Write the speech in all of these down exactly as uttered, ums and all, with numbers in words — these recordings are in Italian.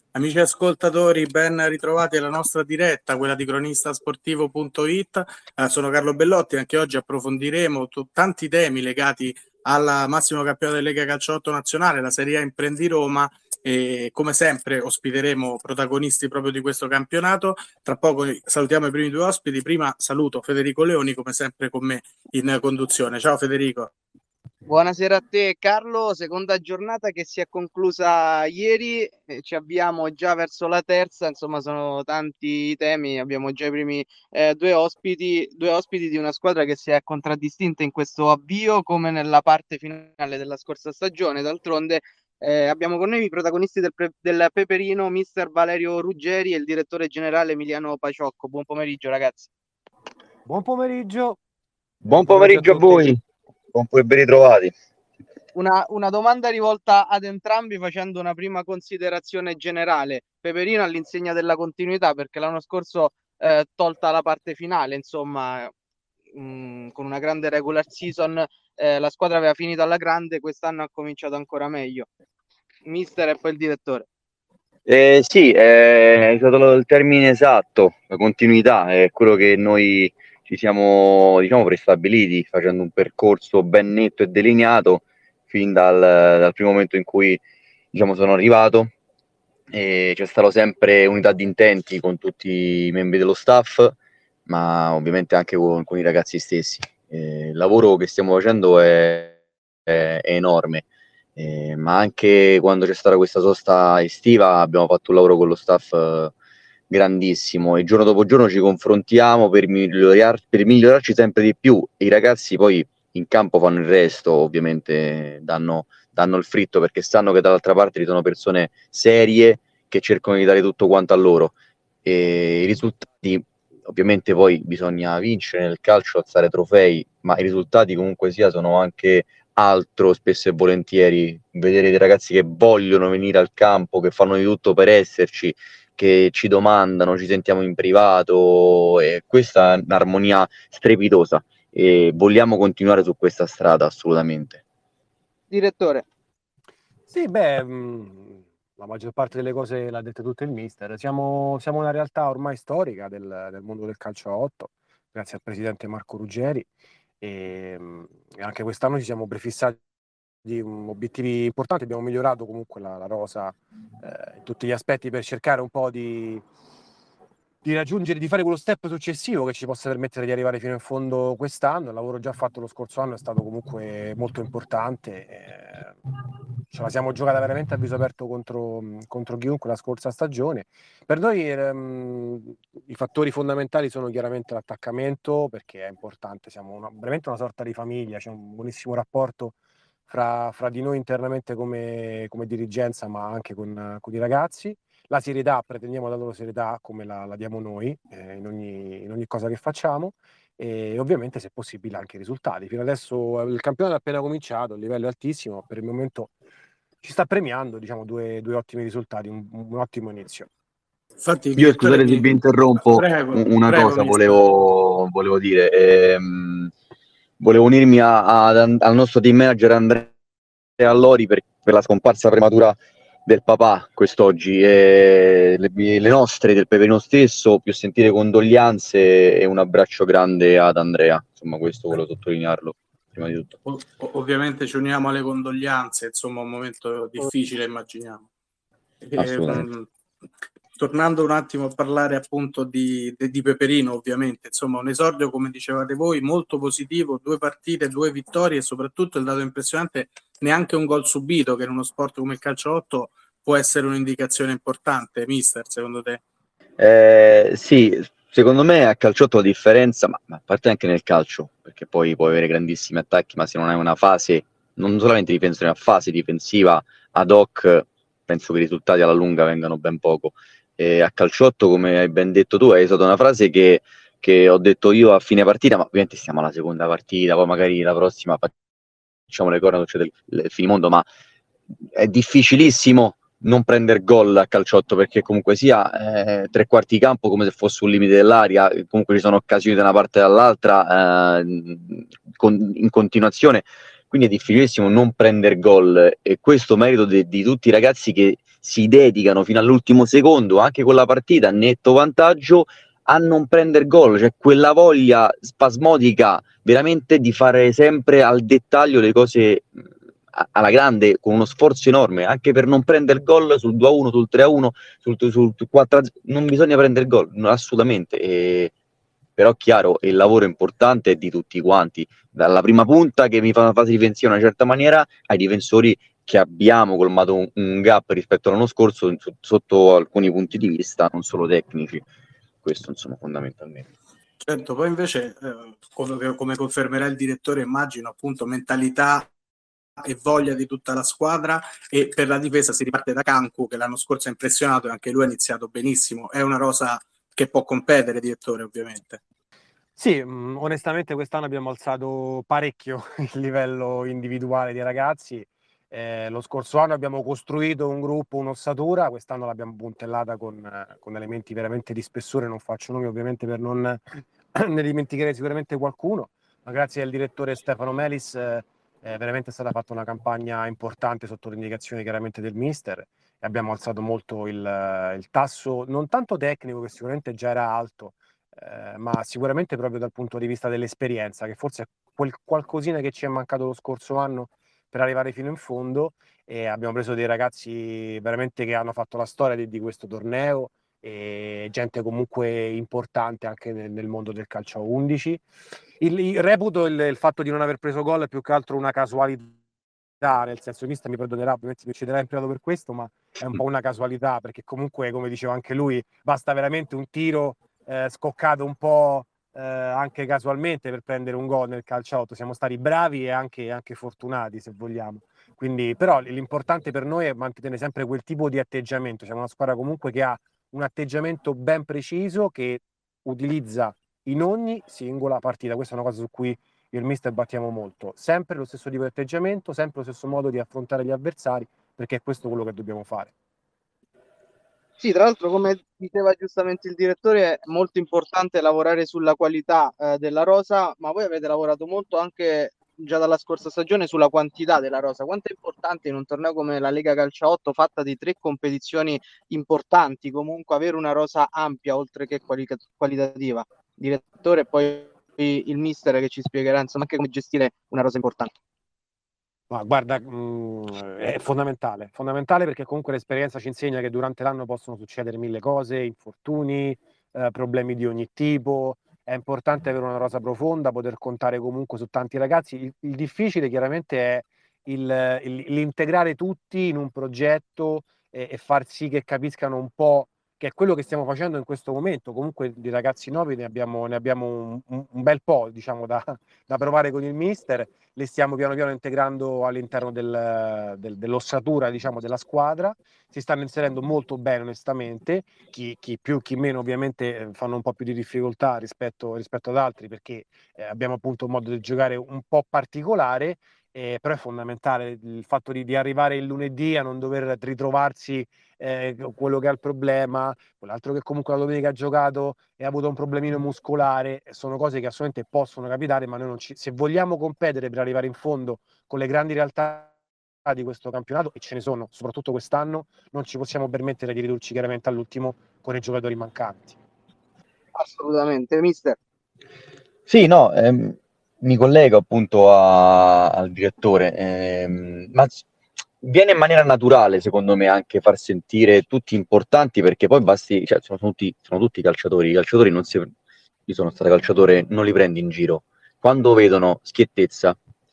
Amici ascoltatori, ben ritrovati alla nostra diretta, quella di cronistasportivo punto it. Eh, sono Carlo Bellotti, anche oggi approfondiremo t- tanti temi legati al massimo campionato della Lega Calciotto Nazionale, la Serie A Imprendi Roma, e come sempre ospiteremo protagonisti proprio di questo campionato. Tra poco salutiamo i primi due ospiti, prima saluto Federico Leoni, come sempre con me in conduzione. Ciao Federico. Buonasera a te Carlo, seconda giornata che si è conclusa ieri, eh, ci avviamo già verso la terza, insomma sono tanti i temi, abbiamo già i primi eh, due ospiti, due ospiti di una squadra che si è contraddistinta in questo avvio come nella parte finale della scorsa stagione. D'altronde eh, abbiamo con noi i protagonisti del, pre- del Peperino, mister Valerio Ruggeri, e il direttore generale Emiliano Paciocco. Buon pomeriggio ragazzi. Buon pomeriggio. Buon pomeriggio a, a voi, buon ben ritrovati. Una, una domanda rivolta ad entrambi facendo una prima considerazione generale. Peperino all'insegna della continuità, perché l'anno scorso eh, tolta la parte finale, insomma, mh, con una grande regular season, eh, la squadra aveva finito alla grande, quest'anno ha cominciato ancora meglio. Mister e poi il direttore. Eh, sì, è stato il termine esatto, la continuità è quello che noi ci siamo, diciamo, prestabiliti facendo un percorso ben netto e delineato fin dal, dal primo momento in cui, diciamo, sono arrivato, e c'è stata sempre unità di intenti con tutti i membri dello staff, ma ovviamente anche con, con i ragazzi stessi. Eh, il lavoro che stiamo facendo è, è, è enorme. Eh, ma anche quando c'è stata questa sosta estiva abbiamo fatto un lavoro con lo staff eh, grandissimo, e giorno dopo giorno ci confrontiamo per, migliorar- per migliorarci sempre di più. I ragazzi poi in campo fanno il resto, ovviamente danno, danno il fritto, perché sanno che dall'altra parte ci sono persone serie che cercano di dare tutto quanto a loro, e i risultati, ovviamente poi bisogna vincere nel calcio, alzare trofei, ma i risultati comunque sia sono anche altro. Spesso e volentieri vedere dei ragazzi che vogliono venire al campo, che fanno di tutto per esserci, che ci domandano, ci sentiamo in privato, e questa è un'armonia strepitosa e vogliamo continuare su questa strada assolutamente. Direttore. Sì, beh, mh, la maggior parte delle cose l'ha detta tutto il mister. Siamo, siamo una realtà ormai storica del, del mondo del calcio a otto, grazie al presidente Marco Ruggeri, e, mh, e anche quest'anno ci siamo prefissati di um, obiettivi importanti. Abbiamo migliorato comunque la, la rosa eh, in tutti gli aspetti per cercare un po' di, di raggiungere, di fare quello step successivo che ci possa permettere di arrivare fino in fondo quest'anno. Il lavoro già fatto lo scorso anno è stato comunque molto importante. Eh, ce la siamo giocata veramente a viso aperto contro, contro chiunque la scorsa stagione. Per noi ehm, i fattori fondamentali sono chiaramente l'attaccamento, perché è importante, siamo una, veramente una sorta di famiglia, c'è un buonissimo rapporto fra, fra di noi internamente come, come dirigenza, ma anche con, con i ragazzi. La serietà, pretendiamo la loro serietà come la, la diamo noi eh, in, ogni, in ogni cosa che facciamo, e ovviamente se possibile anche i risultati. Fino adesso il campionato è appena cominciato, il livello è altissimo, per il momento ci sta premiando, diciamo, due, due ottimi risultati, un, un ottimo inizio. Infatti, io scusate se vi interrompo, prego, una prego, cosa volevo, volevo dire, ehm, volevo unirmi a, a, al nostro team manager Andrea Allori per, per la scomparsa prematura del papà quest'oggi, e le, le nostre, del Peperino stesso, più sentire condoglianze e un abbraccio grande ad Andrea. Insomma, questo volevo sottolinearlo prima di tutto. O- ovviamente ci uniamo alle condoglianze, insomma, un momento difficile, immaginiamo. Assolutamente. E, tornando un attimo a parlare appunto di, di, di Peperino, ovviamente, insomma, un esordio, come dicevate voi, molto positivo, due partite, due vittorie, e soprattutto il dato impressionante, neanche un gol subito, che in uno sport come il calcio otto può essere un'indicazione importante. Mister, secondo te? Eh, sì, secondo me a calciotto la differenza, ma, ma a parte anche nel calcio, perché poi puoi avere grandissimi attacchi, ma se non hai una fase, non solamente difensiva, ma fase difensiva ad hoc, penso che i risultati alla lunga vengano ben poco. E a calciotto, come hai ben detto tu, hai usato una frase che, che ho detto io a fine partita, ma ovviamente siamo alla seconda partita, poi magari la prossima facciamo le corna, succede il, il finimondo, ma è difficilissimo non prendere gol a calciotto, perché comunque sia eh, tre quarti di campo come se fosse un limite dell'aria, comunque ci sono occasioni da una parte e dall'altra eh, con, in continuazione, quindi è difficilissimo non prendere gol, e questo merito de, di tutti i ragazzi che si dedicano fino all'ultimo secondo, anche con la partita a netto vantaggio, a non prendere gol, cioè quella voglia spasmodica veramente di fare sempre al dettaglio le cose alla grande, con uno sforzo enorme, anche per non prendere gol sul due a uno, sul tre a uno, sul, sul quattro a zero, non bisogna prendere gol, no, assolutamente, e, però chiaro, il lavoro importante è di tutti quanti, dalla prima punta che mi fa una fase difensiva in una certa maniera, ai difensori che abbiamo colmato un, un gap rispetto all'anno scorso sotto alcuni punti di vista, non solo tecnici, questo insomma fondamentalmente. Certo, poi invece, eh, come, come confermerà il direttore, immagino appunto mentalità e voglia di tutta la squadra, e per la difesa si riparte da Kanku che l'anno scorso ha impressionato e anche lui ha iniziato benissimo. È una rosa che può competere, direttore, ovviamente. Sì, mh, onestamente quest'anno abbiamo alzato parecchio il livello individuale dei ragazzi. Eh, lo scorso anno abbiamo costruito un gruppo, un'ossatura, quest'anno l'abbiamo puntellata con, eh, con elementi veramente di spessore, non faccio nomi ovviamente per non ne dimenticare sicuramente qualcuno, ma grazie al direttore Stefano Melis eh, è veramente stata fatta una campagna importante sotto le indicazioni chiaramente del mister, e abbiamo alzato molto il, il tasso, non tanto tecnico che sicuramente già era alto, eh, ma sicuramente proprio dal punto di vista dell'esperienza, che forse è quel qualcosina che ci è mancato lo scorso anno per arrivare fino in fondo, e abbiamo preso dei ragazzi veramente che hanno fatto la storia di, di questo torneo, e gente comunque importante anche nel, nel mondo del calcio a undici. Il, il, reputo il, il fatto di non aver preso gol è più che altro una casualità, nel senso, il mister mi perdonerà, ovviamente mi ucciderà in privato per questo, ma è un po' una casualità, perché comunque, come diceva anche lui, basta veramente un tiro eh, scoccato un po' eh, anche casualmente per prendere un gol nel calciotto. Siamo stati bravi e anche, anche fortunati, se vogliamo. Quindi, però l'importante per noi è mantenere sempre quel tipo di atteggiamento. Siamo una squadra comunque che ha un atteggiamento ben preciso, che utilizza in ogni singola partita. Questa è una cosa su cui io e il mister battiamo molto. Sempre lo stesso tipo di atteggiamento, sempre lo stesso modo di affrontare gli avversari, perché è questo quello che dobbiamo fare. Sì, tra l'altro, come diceva giustamente il direttore, è molto importante lavorare sulla qualità eh, della rosa, ma voi avete lavorato molto anche già dalla scorsa stagione sulla quantità della rosa. Quanto è importante in un torneo come la Lega Calcio otto, fatta di tre competizioni importanti, comunque avere una rosa ampia oltre che quali- qualitativa? Direttore, e poi il mister che ci spiegherà insomma anche come gestire una rosa importante. Ma guarda, mh, è fondamentale, fondamentale perché comunque l'esperienza ci insegna che durante l'anno possono succedere mille cose, infortuni, eh, problemi di ogni tipo. È importante avere una rosa profonda, poter contare comunque su tanti ragazzi. Il, il difficile chiaramente è il, il, l'integrare tutti in un progetto e, e far sì che capiscano un po', che è quello che stiamo facendo in questo momento. Comunque di ragazzi nuovi ne abbiamo, ne abbiamo un, un, un bel po', diciamo, da, da provare con il mister. Le stiamo piano piano integrando all'interno del, del, dell'ossatura, diciamo, della squadra. Si stanno inserendo molto bene, onestamente. Chi, chi più, chi meno, ovviamente, fanno un po' più di difficoltà rispetto, rispetto ad altri, perché eh, abbiamo appunto un modo di giocare un po' particolare. Eh, però è fondamentale il fatto di, di arrivare il lunedì a non dover ritrovarsi eh, quello che ha il problema, quell'altro che comunque la domenica ha giocato e ha avuto un problemino muscolare. Sono cose che assolutamente possono capitare, ma noi non ci, se vogliamo competere per arrivare in fondo con le grandi realtà di questo campionato, e ce ne sono, soprattutto quest'anno, non ci possiamo permettere di ridurci chiaramente all'ultimo con i giocatori mancanti. Assolutamente, mister. Sì, no, ehm, mi collego appunto a- al direttore, ehm, ma s- viene in maniera naturale secondo me anche far sentire tutti importanti, perché poi basti, cioè sono, sono tutti, sono tutti calciatori, i calciatori non si, io sono stato calciatore, non li prendi in giro, quando vedono schiettezza,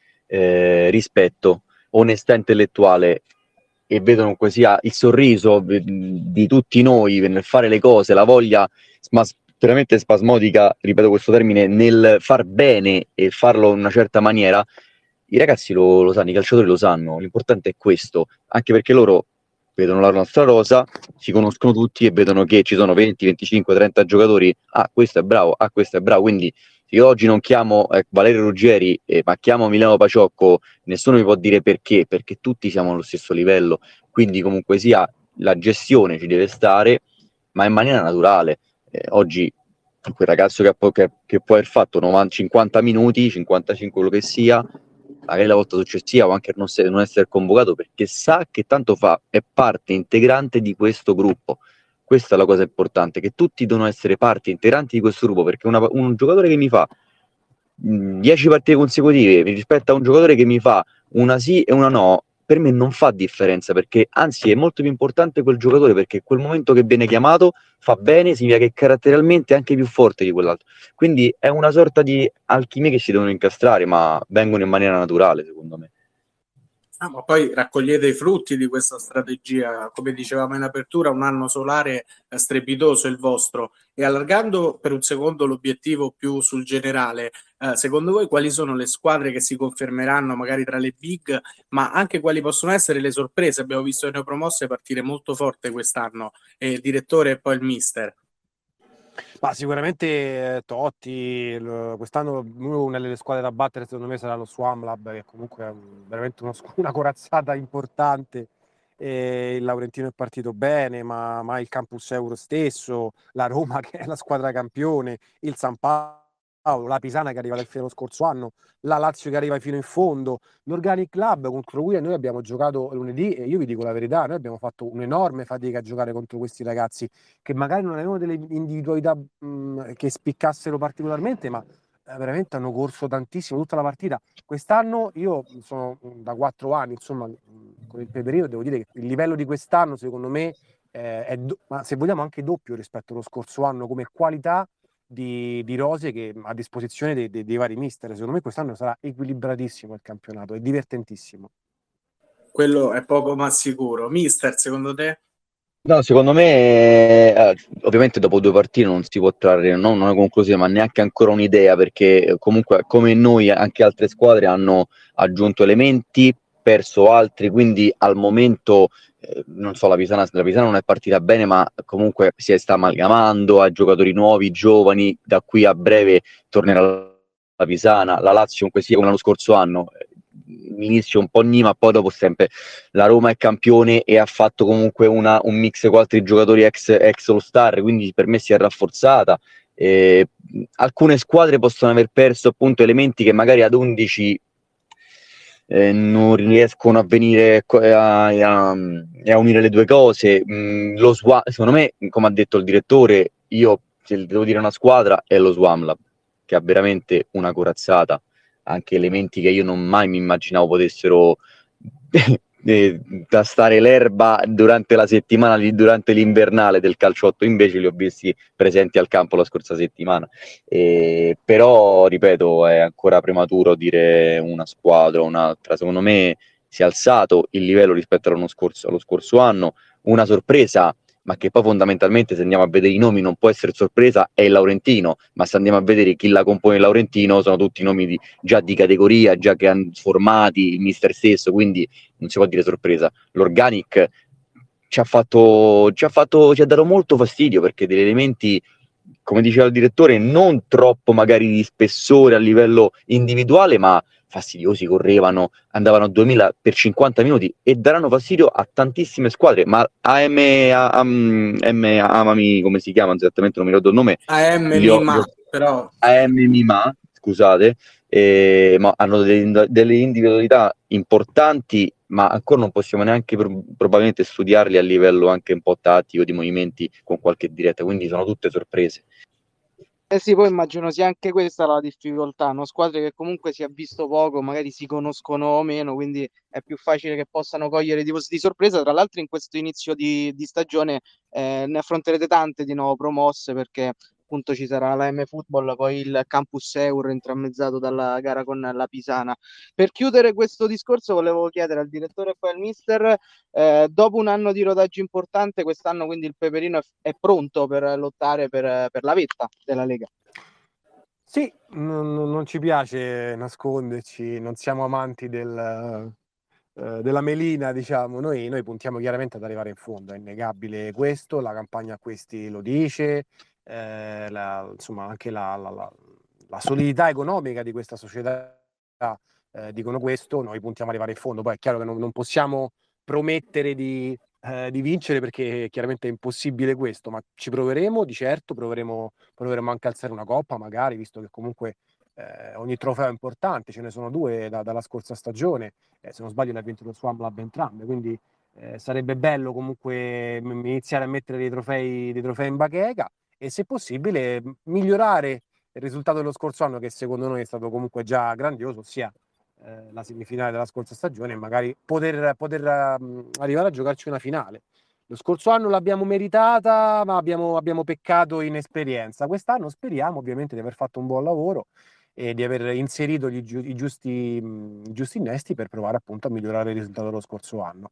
eh, rispetto, onestà intellettuale e vedono così ah, il sorriso eh, di tutti noi nel fare le cose, la voglia smas- veramente spasmodica, ripeto questo termine, nel far bene e farlo in una certa maniera, i ragazzi lo, lo sanno, i calciatori lo sanno, l'importante è questo, anche perché loro vedono la nostra rosa, si conoscono tutti e vedono che ci sono venti, venticinque, trenta giocatori, ah questo è bravo, ah questo è bravo, quindi se io oggi non chiamo eh, Valerio Ruggeri, eh, ma chiamo Milano Paciocco, nessuno mi può dire perché, perché tutti siamo allo stesso livello, quindi comunque sia la gestione ci deve stare, ma in maniera naturale. Eh, oggi quel ragazzo che, che, che può aver fatto novanta, cinquanta minuti, cinquantacinque quello che sia, magari la volta successiva o anche non, se, non essere convocato, perché sa che tanto fa, è parte integrante di questo gruppo. Questa è la cosa importante, che tutti devono essere parti integranti di questo gruppo, perché una, un giocatore che mi fa dieci partite consecutive rispetto a un giocatore che mi fa una sì e una no, per me non fa differenza, perché anzi è molto più importante quel giocatore, perché quel momento che viene chiamato fa bene, significa che caratterialmente è anche più forte di quell'altro. Quindi è una sorta di alchimia che si devono incastrare, ma vengono in maniera naturale, secondo me. Ah, ma poi raccogliete i frutti di questa strategia, come dicevamo in apertura, un anno solare strepitoso il vostro. E allargando per un secondo l'obiettivo più sul generale, eh, secondo voi quali sono le squadre che si confermeranno magari tra le big, ma anche quali possono essere le sorprese? Abbiamo visto le neopromosse partire molto forte quest'anno, e il direttore e poi il mister. Ma sicuramente eh, Totti, lo- quest'anno una delle squadre da battere secondo me sarà lo Swamlab, che comunque è un- veramente uno scu- una corazzata importante. E il Laurentino è partito bene, ma, ma il Campus Euro stesso, la Roma che è la squadra campione, il San Paolo, la Pisana che arriva dal fine dello scorso anno, la Lazio che arriva fino in fondo, l'Organic Club contro cui noi abbiamo giocato lunedì, e io vi dico la verità, noi abbiamo fatto un'enorme fatica a giocare contro questi ragazzi che magari non avevano delle individualità mh, che spiccassero particolarmente, ma eh, veramente hanno corso tantissimo tutta la partita. Quest'anno io sono mh, da quattro anni, insomma, mh, con il Peperino, devo dire che il livello di quest'anno, secondo me, eh, è do- ma se vogliamo anche doppio rispetto allo scorso anno come qualità di, di rose che a disposizione dei, dei- dei vari mister. Secondo me quest'anno sarà equilibratissimo il campionato, è divertentissimo. Quello è poco ma sicuro. Mister, secondo te? No, secondo me, eh, ovviamente dopo due partite non si può trarre non una conclusione, ma neanche ancora un'idea, perché comunque come noi anche altre squadre hanno aggiunto elementi, perso altri, quindi al momento, eh, non so, la Pisana, la Pisana non è partita bene, ma comunque si sta amalgamando, ha giocatori nuovi, giovani, da qui a breve tornerà la Pisana, la Lazio comunque sia come l'anno scorso anno, l'inizio un po' nì, ma poi dopo sempre la Roma è campione e ha fatto comunque una, un mix con altri giocatori ex, ex All-Star, quindi per me si è rafforzata. Eh, alcune squadre possono aver perso appunto elementi che magari ad undici eh, non riescono a venire a, a, a unire le due cose. Mm, lo Swa- secondo me, come ha detto il direttore, io se devo dire una squadra è lo Swamlab, che ha veramente una corazzata, anche elementi che io non mai mi immaginavo potessero eh, tastare l'erba durante la settimana, durante l'invernale del calciotto, invece li ho visti presenti al campo la scorsa settimana. Eh, però, ripeto, è ancora prematuro dire una squadra o un'altra. Secondo me si è alzato il livello rispetto all'anno scorso, allo scorso anno. Una sorpresa, ma che poi fondamentalmente se andiamo a vedere i nomi non può essere sorpresa, è il Laurentino, ma se andiamo a vedere chi la compone il Laurentino sono tutti nomi di, già di categoria, già che hanno formati il mister stesso, quindi non si può dire sorpresa. L'Organic ci ha fatto, ci ha fatto, ci ha dato molto fastidio, perché degli elementi, come diceva il direttore, non troppo magari di spessore a livello individuale, ma fastidiosi, correvano, andavano a duemila per cinquanta minuti e daranno fastidio a tantissime squadre. Ma A M, A, M, M Amami, come si chiama esattamente, non mi ricordo il nome, A M li ho, Mima, però A M Mima, scusate, eh, ma hanno delle, delle individualità importanti, ma ancora non possiamo neanche pro- probabilmente studiarli a livello anche un po' tattico, di movimenti con qualche diretta, quindi sono tutte sorprese. Eh sì, poi immagino sia anche questa la difficoltà, no? Squadre che comunque si è visto poco, magari si conoscono o meno, quindi è più facile che possano cogliere tifosi di sorpresa. Tra l'altro in questo inizio di, di stagione eh, ne affronterete tante di nuovo promosse, perché appunto ci sarà la M Football, poi il Campus Euro intramezzato dalla gara con la Pisana. Per chiudere questo discorso volevo chiedere al direttore e poi al mister, eh, dopo un anno di rodaggio importante, quest'anno quindi il Peperino è, è pronto per lottare per, per la vetta della Lega. Sì, non, non ci piace nasconderci, non siamo amanti del, eh, della melina, diciamo. Noi, noi puntiamo chiaramente ad arrivare in fondo, è innegabile questo, la campagna a questi lo dice, eh, la- insomma anche la, la- la- la solidità economica di questa società eh, dicono questo, noi puntiamo ad arrivare in fondo. Poi è chiaro che non, non possiamo promettere di, eh, di vincere, perché chiaramente è impossibile questo, ma ci proveremo, di certo, proveremo, proveremo anche a alzare una coppa magari, visto che comunque eh, ogni trofeo è importante, ce ne sono due da, dalla scorsa stagione, eh, se non sbaglio ne ha vinto lo Swam Lab entrambe, quindi eh, sarebbe bello comunque m- iniziare a mettere dei trofei, dei trofei in bacheca e se possibile m- migliorare il risultato dello scorso anno che secondo noi è stato comunque già grandioso, ossia eh, la semifinale della scorsa stagione e magari poter, poter um, arrivare a giocarci una finale. Lo scorso anno l'abbiamo meritata, ma abbiamo, abbiamo peccato in esperienza. Quest'anno speriamo ovviamente di aver fatto un buon lavoro e di aver inserito gli giu- i, giusti, i giusti innesti per provare appunto a migliorare il risultato dello scorso anno.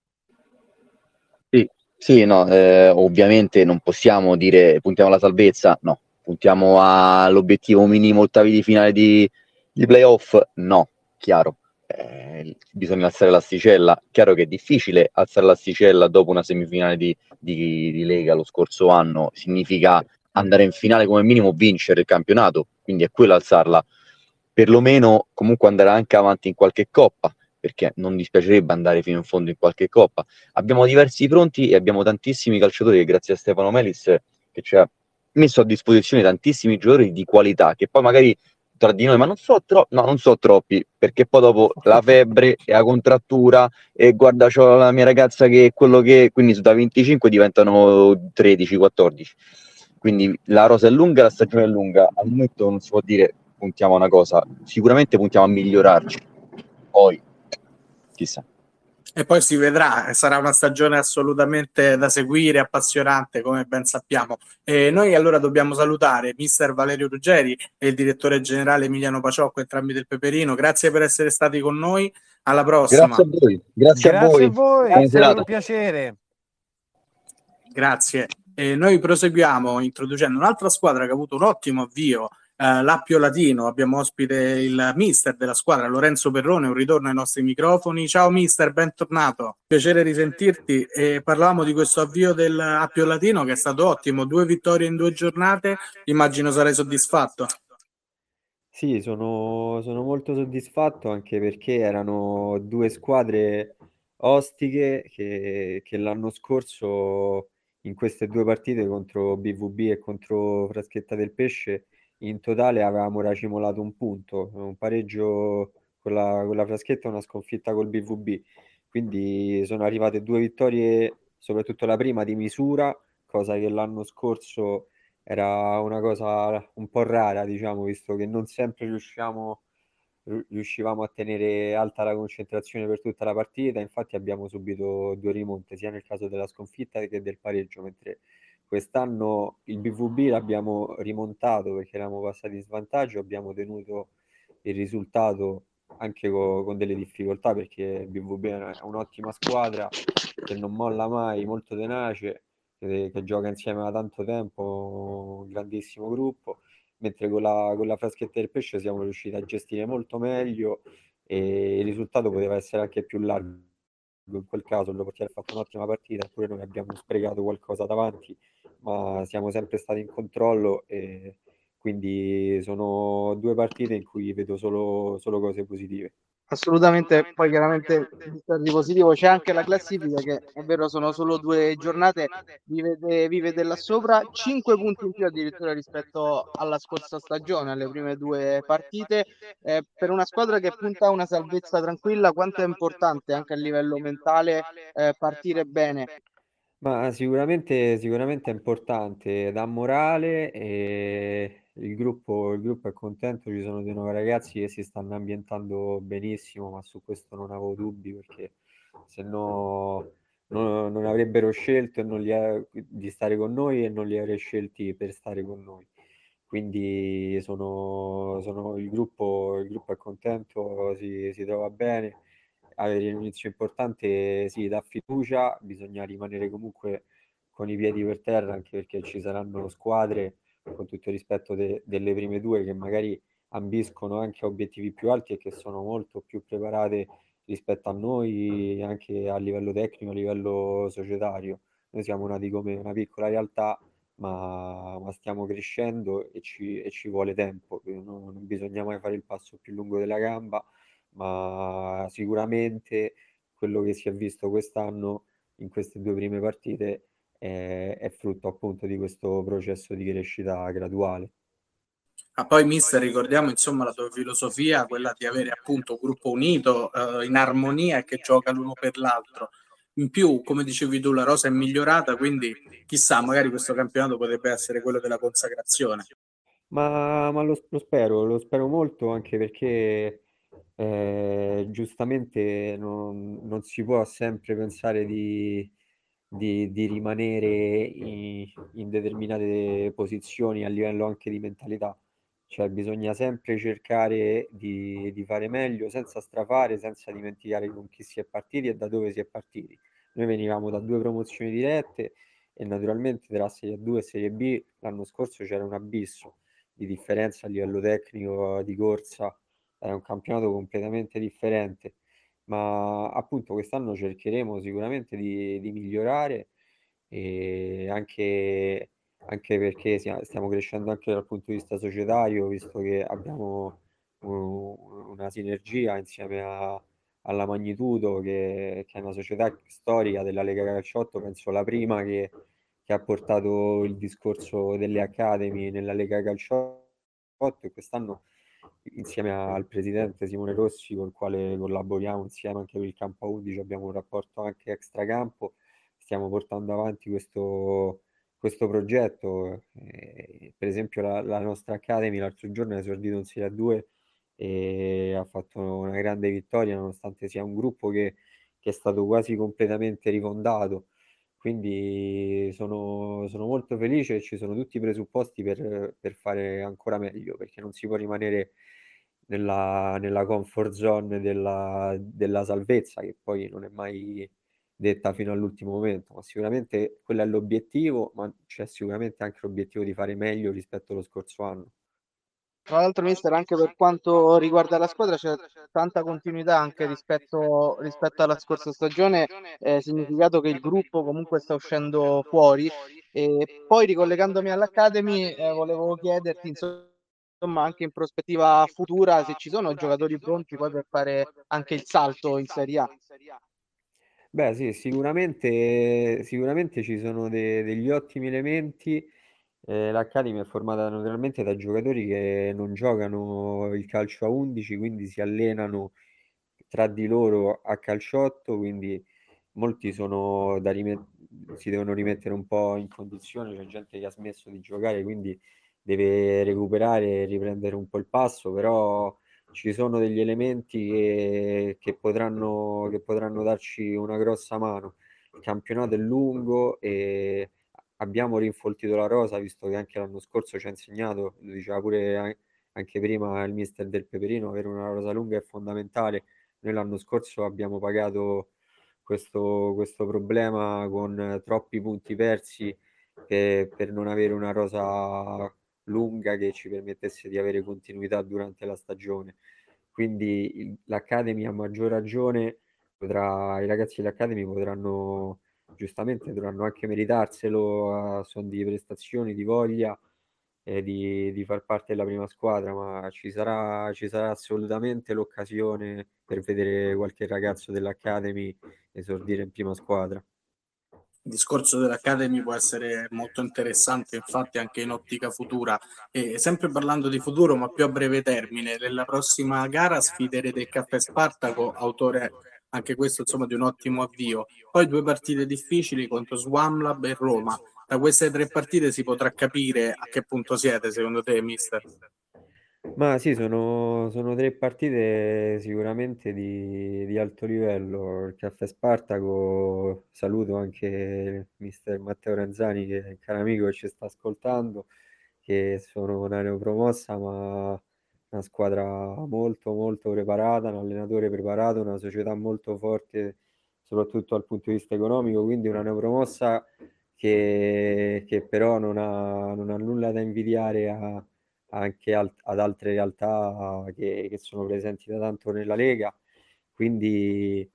Sì, sì, no, eh, ovviamente non possiamo dire puntiamo alla salvezza, no, puntiamo all'obiettivo minimo ottavi di finale di, di playoff, no, chiaro. Eh, bisogna alzare l'asticella, chiaro che è difficile alzare l'asticella dopo una semifinale di, di, di Lega lo scorso anno, significa andare in finale come minimo vincere il campionato, quindi è quello alzarla, perlomeno comunque andare anche avanti in qualche coppa, perché non dispiacerebbe andare fino in fondo in qualche coppa. Abbiamo diversi fronti e abbiamo tantissimi calciatori che grazie a Stefano Melis che ci ha messo a disposizione tantissimi giocatori di qualità, che poi magari tra di noi, ma non so, tro- no, non so troppi, perché poi dopo la febbre e la contrattura e guarda c'ho la mia ragazza che è quello che, quindi da venticinque diventano tredici quattordici. Quindi la rosa è lunga, la stagione è lunga, al momento non si può dire puntiamo a una cosa, sicuramente puntiamo a migliorarci, poi chissà. E poi si vedrà, sarà una stagione assolutamente da seguire, appassionante, come ben sappiamo. E noi allora dobbiamo salutare mister Valerio Ruggeri e il direttore generale Emiliano Paciocco, entrambi del Peperino. Grazie per essere stati con noi. Alla prossima. Grazie a voi, grazie, Grazie a a voi. voi, Buona è sempre serata. un piacere. Grazie. E noi proseguiamo introducendo un'altra squadra che ha avuto un ottimo avvio, eh, l'Appio Latino. Abbiamo ospite il mister della squadra, Lorenzo Perrone, un ritorno ai nostri microfoni. Ciao mister, bentornato. Piacere risentirti. E parlavamo di questo avvio dell'Appio Latino che è stato ottimo, due vittorie in due giornate. Immagino sarai soddisfatto. Sì, sono, sono molto soddisfatto anche perché erano due squadre ostiche che, che l'anno scorso in queste due partite contro B V B e contro Fraschetta del Pesce in totale avevamo racimolato un punto, un pareggio con la, con la Fraschetta e una sconfitta col B V B. Quindi sono arrivate due vittorie, soprattutto la prima di misura, cosa che l'anno scorso era una cosa un po' rara, diciamo, visto che non sempre riusciamo, riuscivamo a tenere alta la concentrazione per tutta la partita. Infatti abbiamo subito due rimonte, sia nel caso della sconfitta che del pareggio, mentre quest'anno il B V B l'abbiamo rimontato perché eravamo passati in svantaggio, abbiamo tenuto il risultato anche co- con delle difficoltà perché il B V B è un'ottima squadra che non molla mai, molto tenace, che, che gioca insieme da tanto tempo, un grandissimo gruppo, mentre con la, con la Fraschetta del Pesce siamo riusciti a gestire molto meglio e il risultato poteva essere anche più largo. In quel caso il portiere ha fatto un'ottima partita, eppure noi abbiamo sprecato qualcosa davanti, ma siamo sempre stati in controllo e quindi sono due partite in cui vedo solo, solo cose positive. Assolutamente, poi chiaramente di positivo c'è anche la classifica che è vero sono solo due giornate, vive, de, vive della sopra, cinque punti in più addirittura rispetto alla scorsa stagione, alle prime due partite. Eh, per una squadra che punta a una salvezza tranquilla, quanto è importante anche a livello mentale eh, partire bene? Ma sicuramente, sicuramente è importante, dà morale e il gruppo, il gruppo è contento, ci sono dei nuovi ragazzi che si stanno ambientando benissimo, ma su questo non avevo dubbi perché se no non, non avrebbero scelto e non li ha- di stare con noi e non li avrei scelti per stare con noi. Quindi sono, sono- il gruppo, il gruppo è contento, si, si trova bene avere un inizio importante sì, dà fiducia, bisogna rimanere comunque con i piedi per terra, anche perché ci saranno squadre, con tutto il rispetto de- delle prime due, che magari ambiscono anche a obiettivi più alti e che sono molto più preparate rispetto a noi, anche a livello tecnico, a livello societario. Noi siamo nati come una piccola realtà, ma, ma stiamo crescendo e ci, e ci vuole tempo, non, non bisogna mai fare il passo più lungo della gamba, ma sicuramente quello che si è visto quest'anno in queste due prime partite è, è frutto appunto di questo processo di crescita graduale. Ma poi, mister, ricordiamo insomma la tua filosofia, quella di avere appunto un gruppo unito, eh, in armonia e che gioca l'uno per l'altro. In più, come dicevi tu, la rosa è migliorata, quindi chissà, magari questo campionato potrebbe essere quello della consacrazione. Ma, ma lo, lo spero, lo spero molto anche perché eh, giustamente non, non si può sempre pensare di, di- di rimanere in, in determinate posizioni a livello anche di mentalità. Cioè bisogna sempre cercare di, di fare meglio senza strafare, senza dimenticare con chi si è partiti e da dove si è partiti. Noi venivamo da due promozioni dirette e naturalmente tra Serie A due e Serie B l'anno scorso c'era un abisso di differenza a livello tecnico di corsa, è un campionato completamente differente, ma appunto quest'anno cercheremo sicuramente di, di migliorare e anche, anche perché sia- stiamo crescendo anche dal punto di vista societario, visto che abbiamo un- una sinergia insieme a- alla Magnitudo, che, che è una società storica della Lega Calciotto, penso la prima che che ha portato il discorso delle Academy nella Lega Calciotto e quest'anno insieme al presidente Simone Rossi, col quale collaboriamo insieme anche per il campo undici, abbiamo un rapporto anche extracampo, stiamo portando avanti questo, questo progetto. Eh, per esempio la, la nostra Academy l'altro giorno ha esordito in Serie A due e ha fatto una grande vittoria nonostante sia un gruppo che, che è stato quasi completamente rifondato. Quindi sono, sono molto felice e ci sono tutti i presupposti per, per fare ancora meglio, perché non si può rimanere nella, nella comfort zone della, della salvezza, che poi non è mai detta fino all'ultimo momento, ma sicuramente quello è l'obiettivo, ma c'è sicuramente anche l'obiettivo di fare meglio rispetto allo scorso anno. Tra l'altro, mister, anche per quanto riguarda la squadra c'è tanta continuità anche rispetto, rispetto alla scorsa stagione, eh, significato che il gruppo comunque sta uscendo fuori. E poi ricollegandomi all'Academy, eh, volevo chiederti, insomma, anche in prospettiva futura, se ci sono giocatori pronti poi per fare anche il salto in Serie A. Beh, sì, sicuramente, sicuramente ci sono de- degli ottimi elementi. Eh, l'Academy è formata naturalmente da giocatori che non giocano il calcio a undici, quindi si allenano tra di loro a calciotto, quindi molti sono da rimet- si devono rimettere un po' in condizione, c'è gente che ha smesso di giocare, quindi deve recuperare e riprendere un po' il passo, però ci sono degli elementi che, che potranno, che potranno darci una grossa mano. Il campionato è lungo e abbiamo rinfoltito la rosa, visto che anche l'anno scorso ci ha insegnato, lo diceva pure an- anche prima il mister del Peperino, avere una rosa lunga è fondamentale. Noi l'anno scorso abbiamo pagato questo, questo problema con troppi punti persi che- per non avere una rosa lunga che ci permettesse di avere continuità durante la stagione. Quindi il- l'Academy a maggior ragione potrà, i ragazzi dell'Academy potranno, giustamente dovranno anche meritarselo a son di prestazioni, di voglia e di, di far parte della prima squadra, ma ci sarà, ci sarà assolutamente l'occasione per vedere qualche ragazzo dell'Academy esordire in prima squadra. Il discorso dell'Academy può essere molto interessante, infatti, anche in ottica futura. E sempre parlando di futuro, ma più a breve termine, nella prossima gara sfiderete il Caffè Spartaco, autore anche questo, insomma, di un ottimo avvio. Poi due partite difficili contro Swamlab e Roma. Da queste tre partite si potrà capire a che punto siete, secondo te, mister? Ma sì, sono, sono tre partite sicuramente di, di alto livello. Il Caffè Spartaco, saluto anche il mister Matteo Ranzani, che è un caro amico che ci sta ascoltando, che sono una neopromossa, ma una squadra molto molto preparata, un allenatore preparato, una società molto forte, soprattutto dal punto di vista economico, quindi una neopromossa che, che però non ha, non ha nulla da invidiare a anche al- ad altre realtà che, che sono presenti da tanto nella Lega. Quindi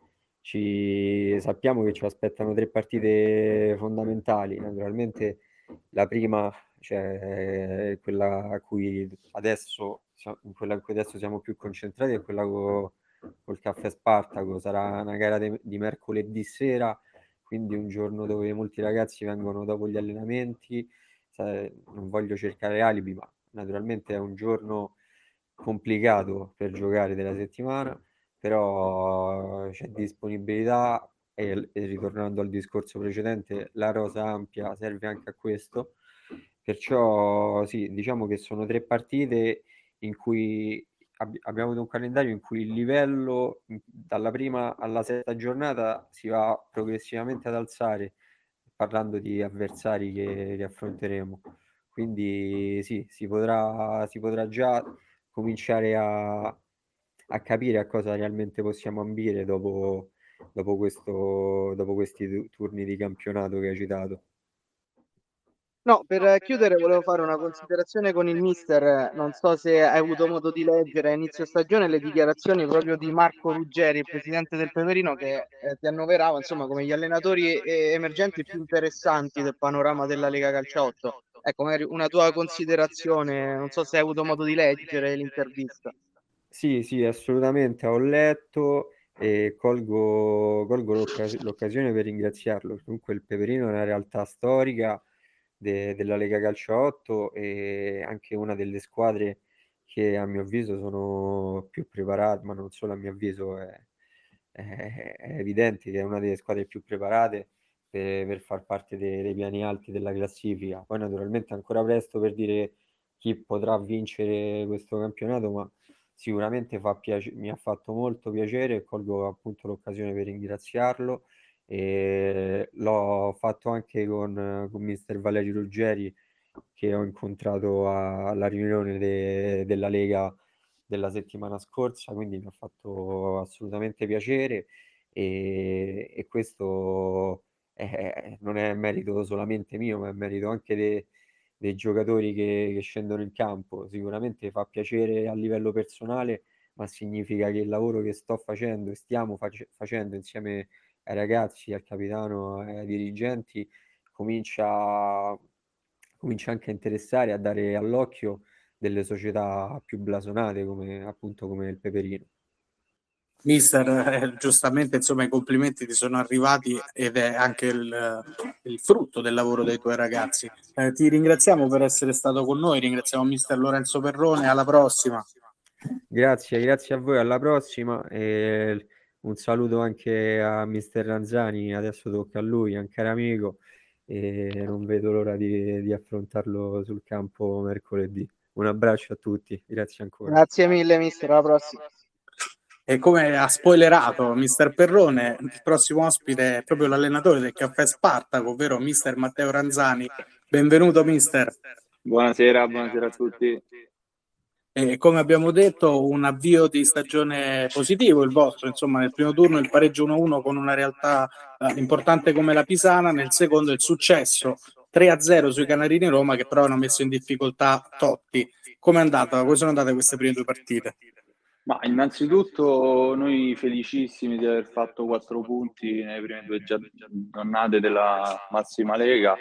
ci, sappiamo che ci aspettano tre partite fondamentali. Naturalmente la prima, cioè è quella a cui adesso, in quella in cui adesso siamo più concentrati, è quella co- col Caffè Spartaco. Sarà una gara de- di mercoledì sera, quindi un giorno dove molti ragazzi vengono dopo gli allenamenti. Sai, non voglio cercare alibi, ma naturalmente è un giorno complicato per giocare della settimana, però c'è disponibilità e, e ritornando al discorso precedente, la rosa ampia serve anche a questo, perciò sì, diciamo che sono tre partite in cui ab- abbiamo avuto un calendario in cui il livello mh, dalla prima alla sesta giornata si va progressivamente ad alzare, parlando di avversari che, che affronteremo. Quindi sì, si potrà, si potrà già cominciare a, a capire a cosa realmente possiamo ambire dopo, dopo questo, dopo questi tu- turni di campionato che hai citato. No, per chiudere volevo fare una considerazione con il mister. Non so se hai avuto modo di leggere a inizio stagione le dichiarazioni proprio di Marco Ruggeri, il presidente del Peperino, che eh, ti annoverava insomma come gli allenatori eh, emergenti più interessanti del panorama della Lega Calcio otto. Ecco, magari una tua considerazione, non so se hai avuto modo di leggere l'intervista. Sì, sì, assolutamente, ho letto e colgo, colgo l'occas- l'occasione per ringraziarlo. Comunque il Peperino è una realtà storica de- della Lega Calcio otto e anche una delle squadre che a mio avviso sono più preparate, ma non solo a mio avviso, è, è- è evidente che è una delle squadre più preparate per, per far parte dei, dei piani alti della classifica. Poi naturalmente è ancora presto per dire chi potrà vincere questo campionato, ma sicuramente fa piace- mi ha fatto molto piacere e colgo appunto l'occasione per ringraziarlo. E l'ho fatto anche con, con mister Valerio Ruggeri che ho incontrato a- alla riunione de- della Lega della settimana scorsa, quindi mi ha fatto assolutamente piacere e, e questo è- non è merito solamente mio, ma è merito anche de- dei giocatori che, che scendono in campo. Sicuramente fa piacere a livello personale, ma significa che il lavoro che sto facendo e stiamo face- facendo insieme ai ragazzi, al capitano, ai dirigenti, comincia, comincia anche a interessare, a dare all'occhio delle società più blasonate come appunto come il Peperino. Mister, eh, giustamente insomma i complimenti ti sono arrivati ed è anche il, il frutto del lavoro dei tuoi ragazzi. Eh, ti ringraziamo per essere stato con noi, ringraziamo mister Lorenzo Perrone, alla prossima. Grazie, grazie a voi, alla prossima e un saluto anche a mister Ranzani, adesso tocca a lui, un caro amico, e non vedo l'ora di, di affrontarlo sul campo mercoledì. Un abbraccio a tutti, grazie ancora. Grazie mille, mister. Alla prossima. E come ha spoilerato mister Perrone, il prossimo ospite è proprio l'allenatore del Caffè Spartaco, ovvero mister Matteo Ranzani. Benvenuto mister. Buonasera, buonasera a tutti. E come abbiamo detto, un avvio di stagione positivo il vostro, insomma nel primo turno il pareggio uno a uno con una realtà eh, importante come la Pisana, nel secondo il successo tre a zero sui Canarini Roma che però hanno messo in difficoltà Totti. Come è andata? Come sono andate queste prime due partite? Ma innanzitutto noi felicissimi di aver fatto quattro punti nelle prime due giornate della massima Lega,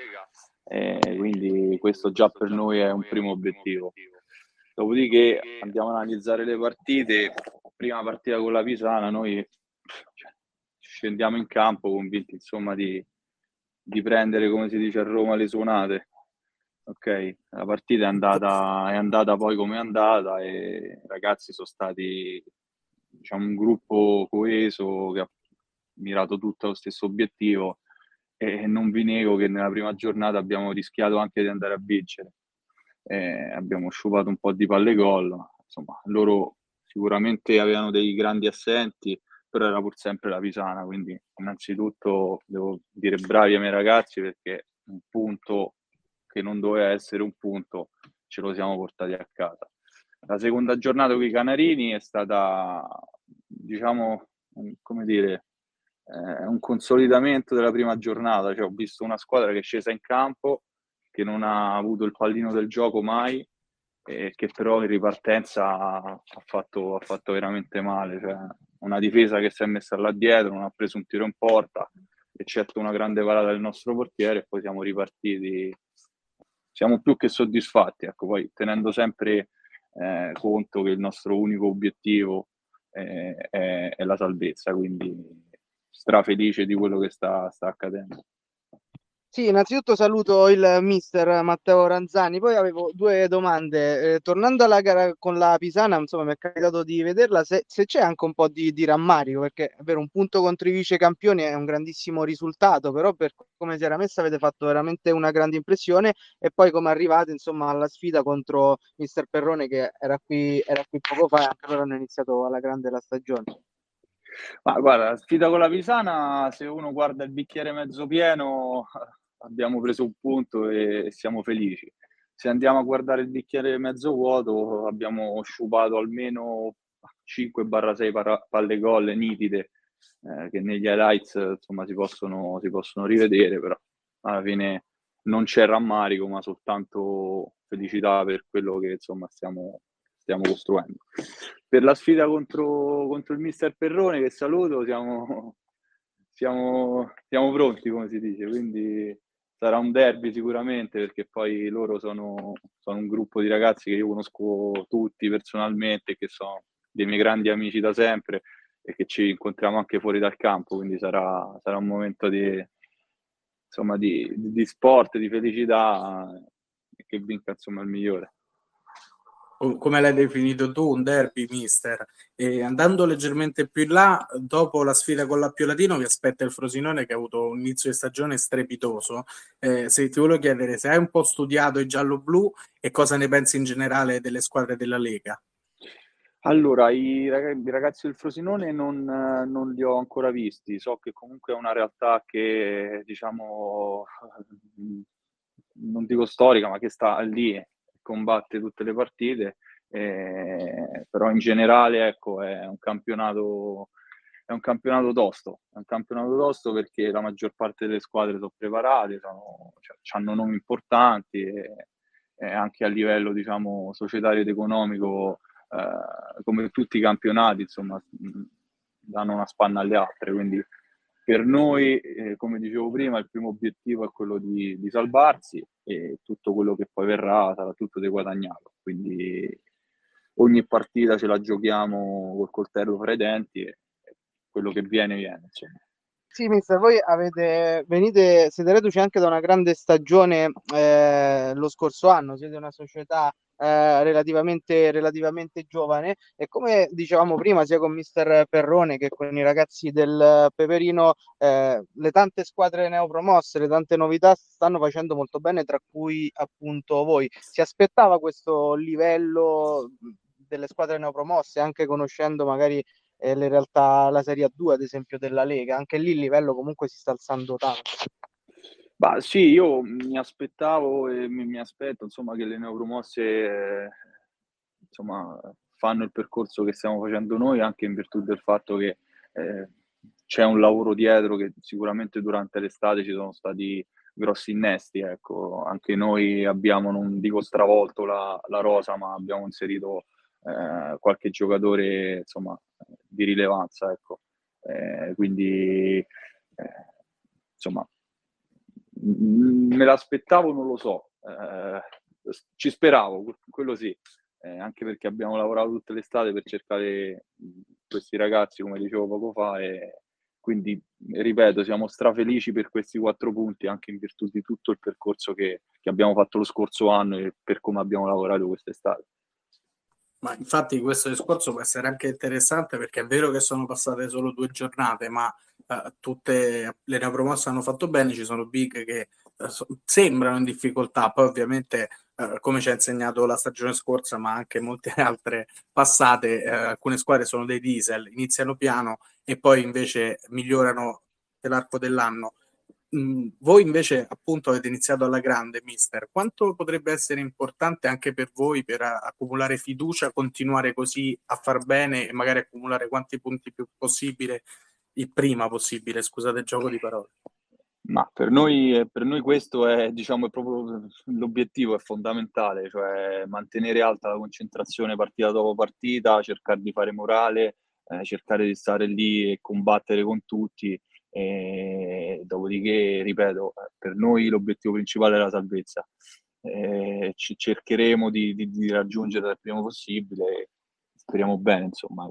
e quindi questo già per noi è un primo obiettivo. Dopodiché andiamo ad analizzare le partite. Prima partita con la Pisana, noi cioè, scendiamo in campo convinti insomma di, di prendere, come si dice a Roma, le suonate. Ok, la partita è andata, è andata poi come è andata e i ragazzi sono stati, diciamo, un gruppo coeso che ha mirato tutto allo stesso obiettivo e non vi nego che nella prima giornata abbiamo rischiato anche di andare a vincere. Eh, abbiamo sciupato un po' di palle gol, ma, insomma, loro sicuramente avevano dei grandi assenti, però era pur sempre la Pisana, quindi innanzitutto devo dire bravi ai miei ragazzi perché un punto che non doveva essere un punto ce lo siamo portati a casa. La seconda giornata con i Canarini è stata, diciamo, come dire, eh, un consolidamento della prima giornata. Cioè, ho visto una squadra che è scesa in campo, che non ha avuto il pallino del gioco mai, e che però in ripartenza ha fatto, ha fatto veramente male. Cioè, una difesa che si è messa là dietro, non ha preso un tiro in porta, eccetto una grande parata del nostro portiere, e poi siamo ripartiti. Siamo più che soddisfatti, ecco, poi tenendo sempre eh, conto che il nostro unico obiettivo è, è, è la salvezza, quindi strafelice di quello che sta, sta accadendo. Sì, innanzitutto saluto il mister Matteo Ranzani, poi avevo due domande. Eh, tornando alla gara con la Pisana, insomma, mi è capitato di vederla, se, se c'è anche un po' di, di rammarico, perché è vero, un punto contro i vice campioni è un grandissimo risultato, però per come si era messa avete fatto veramente una grande impressione e poi come arrivate, insomma, alla sfida contro mister Perrone che era qui, era qui poco fa e anche loro hanno iniziato alla grande la stagione. Ma guarda, la sfida con la Pisana, se uno guarda il bicchiere mezzo pieno, abbiamo preso un punto e siamo felici. Se andiamo a guardare il bicchiere mezzo vuoto, abbiamo sciupato almeno cinque sei palle gol nitide, eh, che negli highlights insomma si possono, si possono rivedere, però alla fine non c'è rammarico, ma soltanto felicità per quello che insomma stiamo, stiamo costruendo. Per la sfida contro, contro il mister Perrone, che saluto, siamo, siamo, siamo pronti, come si dice, quindi sarà un derby sicuramente, perché poi loro sono, sono un gruppo di ragazzi che io conosco tutti personalmente, che sono dei miei grandi amici da sempre e che ci incontriamo anche fuori dal campo, quindi sarà, sarà un momento di, insomma, di, di sport, di felicità e che vinca insomma il migliore. Come l'hai definito tu, un derby, mister. E andando leggermente più in là, dopo la sfida con l'Appiolatino vi aspetta il Frosinone che ha avuto un inizio di stagione strepitoso. Eh, se ti volevo chiedere se hai un po' studiato i giallo-blu e cosa ne pensi in generale delle squadre della Lega. Allora, i ragazzi, i ragazzi del Frosinone non, non li ho ancora visti, so che comunque è una realtà che, diciamo, non dico storica, ma che sta lì e combatte tutte le partite, eh, però in generale, ecco, è un campionato, è un campionato tosto, è un campionato tosto perché la maggior parte delle squadre sono preparate, sono, cioè, hanno nomi importanti e, e anche a livello, diciamo, societario ed economico, eh, come tutti i campionati, insomma, mh, danno una spanna alle altre. Quindi per noi, eh, come dicevo prima, il primo obiettivo è quello di, di salvarsi e tutto quello che poi verrà sarà tutto di guadagnato. Quindi ogni partita ce la giochiamo col coltello fra i denti e quello che viene, viene, insomma. Sì, mister, voi avete, venite, siete reduci anche da una grande stagione eh, lo scorso anno, siete una società eh, relativamente, relativamente giovane e come dicevamo prima, sia con mister Perrone che con i ragazzi del Peperino, eh, le tante squadre neopromosse, le tante novità stanno facendo molto bene, tra cui appunto voi. Si aspettava questo livello delle squadre neopromosse, anche conoscendo magari e le realtà, la Serie A due ad esempio della Lega, anche lì il livello comunque si sta alzando tanto. Bah, sì, io mi aspettavo e mi, mi aspetto insomma che le neopromosse eh, insomma fanno il percorso che stiamo facendo noi, anche in virtù del fatto che eh, c'è un lavoro dietro, che sicuramente durante l'estate ci sono stati grossi innesti, ecco. Anche noi abbiamo, non dico stravolto la, la rosa, ma abbiamo inserito eh, qualche giocatore insomma di rilevanza, ecco. Eh, quindi eh, insomma me l'aspettavo, non lo so, eh, ci speravo, quello sì, eh, anche perché abbiamo lavorato tutte l'estate per cercare questi ragazzi, come dicevo poco fa, e quindi, ripeto, siamo strafelici per questi quattro punti, anche in virtù di tutto il percorso che, che abbiamo fatto lo scorso anno e per come abbiamo lavorato quest'estate. Ma infatti questo discorso può essere anche interessante perché è vero che sono passate solo due giornate, ma eh, tutte le neopromosse hanno fatto bene, ci sono big che eh, so, sembrano in difficoltà, poi ovviamente eh, come ci ha insegnato la stagione scorsa, ma anche molte altre passate, eh, alcune squadre sono dei diesel, iniziano piano e poi invece migliorano nell'arco dell'anno. Mm, voi invece appunto avete iniziato alla grande, mister. Quanto potrebbe essere importante anche per voi per a- accumulare fiducia, continuare così a far bene e magari accumulare quanti punti più possibile, il prima possibile, scusate il gioco di parole. Ma per noi, per noi questo è, diciamo, è proprio l'obiettivo, è fondamentale, cioè mantenere alta la concentrazione partita dopo partita, cercare di fare morale, eh, cercare di stare lì e combattere con tutti. E dopodiché, ripeto, per noi l'obiettivo principale è la salvezza. Eh, ci cercheremo di, di, di raggiungere il prima possibile, speriamo bene, insomma.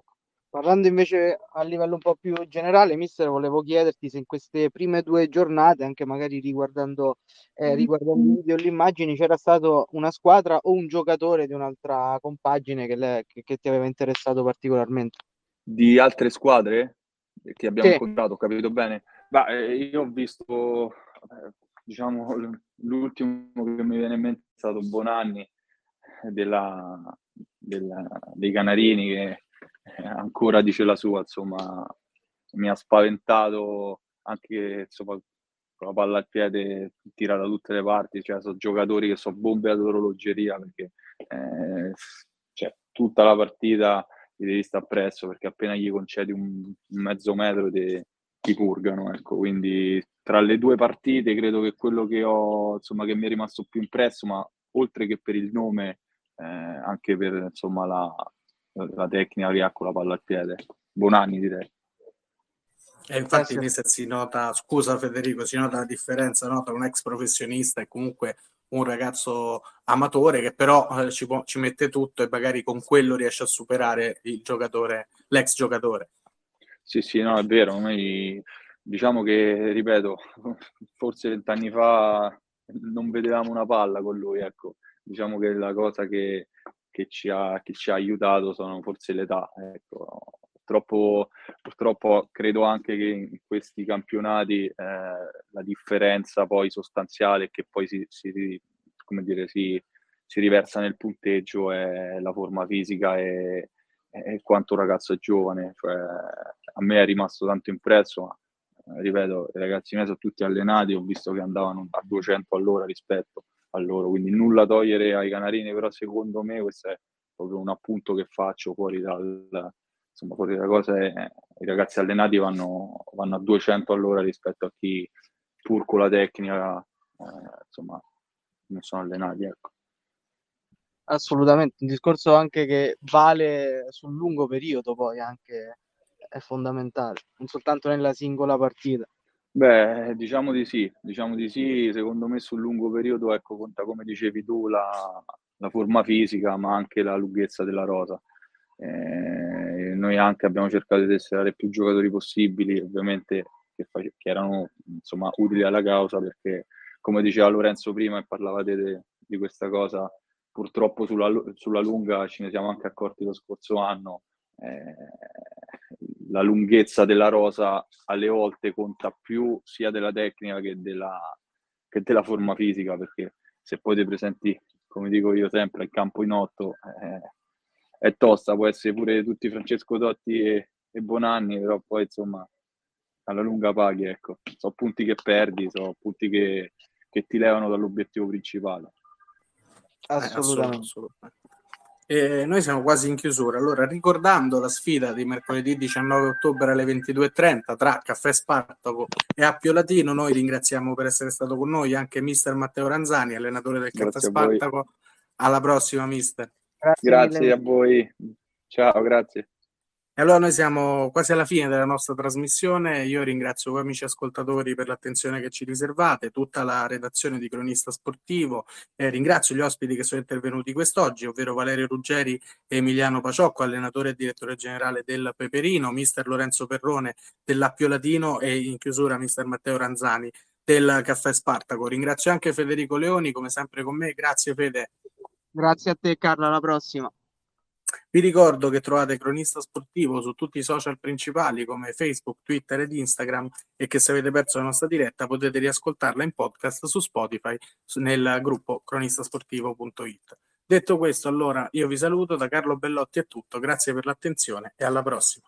Parlando invece a livello un po' più generale, mister, volevo chiederti se in queste prime due giornate, anche magari riguardando, eh, riguardando i video e le immagini, c'era stato una squadra o un giocatore di un'altra compagine che, le- che- che ti aveva interessato particolarmente. Di altre squadre che abbiamo Sì, incontrato, ho capito bene? Ma eh, io ho visto, eh, diciamo, l- l'ultimo che mi viene in mente è stato Bonanni eh, della, della- dei Canarini, che eh, ancora dice la sua, insomma, mi ha spaventato anche insomma, con la palla al piede, tira da tutte le parti, cioè sono giocatori che sono bombe ad orologeria, perché eh, cioè, tutta la partita ti devi stare appresso, perché appena gli concedi un, un mezzo metro ti, ti purgano, ecco. Quindi tra le due partite credo che quello che ho, insomma, che mi è rimasto più impresso, ma oltre che per il nome, eh, anche per insomma la, la tecnica che ha con la palla al piede. Bonanni, direi. E infatti, essere mister, si nota, scusa Federico, si nota la differenza, no, tra un ex professionista e comunque un ragazzo amatore che però eh, ci, può, ci mette tutto e magari con quello riesce a superare il giocatore, l'ex giocatore. Sì, sì, no, è vero. Noi diciamo che, ripeto, forse vent'anni fa non vedevamo una palla con lui, ecco. Diciamo che la cosa che, che ci ha, che ci ha aiutato sono forse l'età, ecco. Purtroppo, purtroppo credo anche che in questi campionati eh, la differenza poi sostanziale che poi si, si, come dire, si, si riversa nel punteggio è la forma fisica e, e quanto un ragazzo è giovane. Cioè, a me è rimasto tanto impresso, ma eh, ripeto, i ragazzi miei sono tutti allenati, ho visto che andavano a duecento all'ora rispetto a loro, quindi nulla togliere ai Canarini, però secondo me questo è proprio un appunto che faccio fuori dal, insomma, fuori da cosa è, i ragazzi allenati vanno, vanno a duecento all'ora rispetto a chi pur con la tecnica, eh, insomma, non sono allenati, ecco. assolutamente un discorso anche che vale sul lungo periodo, poi anche è fondamentale, non soltanto nella singola partita. Beh, diciamo di sì, diciamo di sì, secondo me sul lungo periodo, ecco, conta come dicevi tu la, la forma fisica, ma anche la lunghezza della rosa. Eh, noi anche abbiamo cercato di destinare più giocatori possibili, ovviamente che, face- che erano insomma utili alla causa, perché come diceva Lorenzo prima e parlavate de- di questa cosa, purtroppo sulla, sulla lunga ce ne siamo anche accorti lo scorso anno. Eh, la lunghezza della rosa alle volte conta più sia della tecnica che della, che della forma fisica, perché se poi ti presenti, come dico io sempre, al campo in otto, eh, è tosta, può essere pure tutti Francesco Totti e, e Bonanni, però poi insomma alla lunga paghi, ecco. Sono punti che perdi, sono punti che, che ti levano dall'obiettivo principale. Eh, assolutamente, Assolutamente. assolutamente. E noi siamo quasi in chiusura. Allora, ricordando la sfida di mercoledì diciannove ottobre alle ventidue e trenta tra Caffè Spartaco e Appio Latino, noi ringraziamo per essere stato con noi anche mister Matteo Ranzani, allenatore del Caffè Grazie a voi. Spartaco. Alla prossima, mister. Grazie Grazie mille. a voi. Ciao, grazie. E allora noi siamo quasi alla fine della nostra trasmissione. Io ringrazio voi amici ascoltatori per l'attenzione che ci riservate, tutta la redazione di Cronista Sportivo. Eh, ringrazio gli ospiti che sono intervenuti quest'oggi, ovvero Valerio Ruggeri e Emiliano Paciocco, allenatore e direttore generale del Peperino, mister Lorenzo Perrone dell'Appio Latino e in chiusura mister Matteo Ranzani del Caffè Spartaco. Ringrazio anche Federico Leoni, come sempre con me. Grazie Fede. Grazie a te Carla, alla prossima. Vi ricordo che trovate Cronista Sportivo su tutti i social principali come Facebook, Twitter ed Instagram e che se avete perso la nostra diretta potete riascoltarla in podcast su Spotify nel gruppo cronistasportivo punto it. Detto questo, allora io vi saluto, da Carlo Bellotti è tutto, grazie per l'attenzione e alla prossima.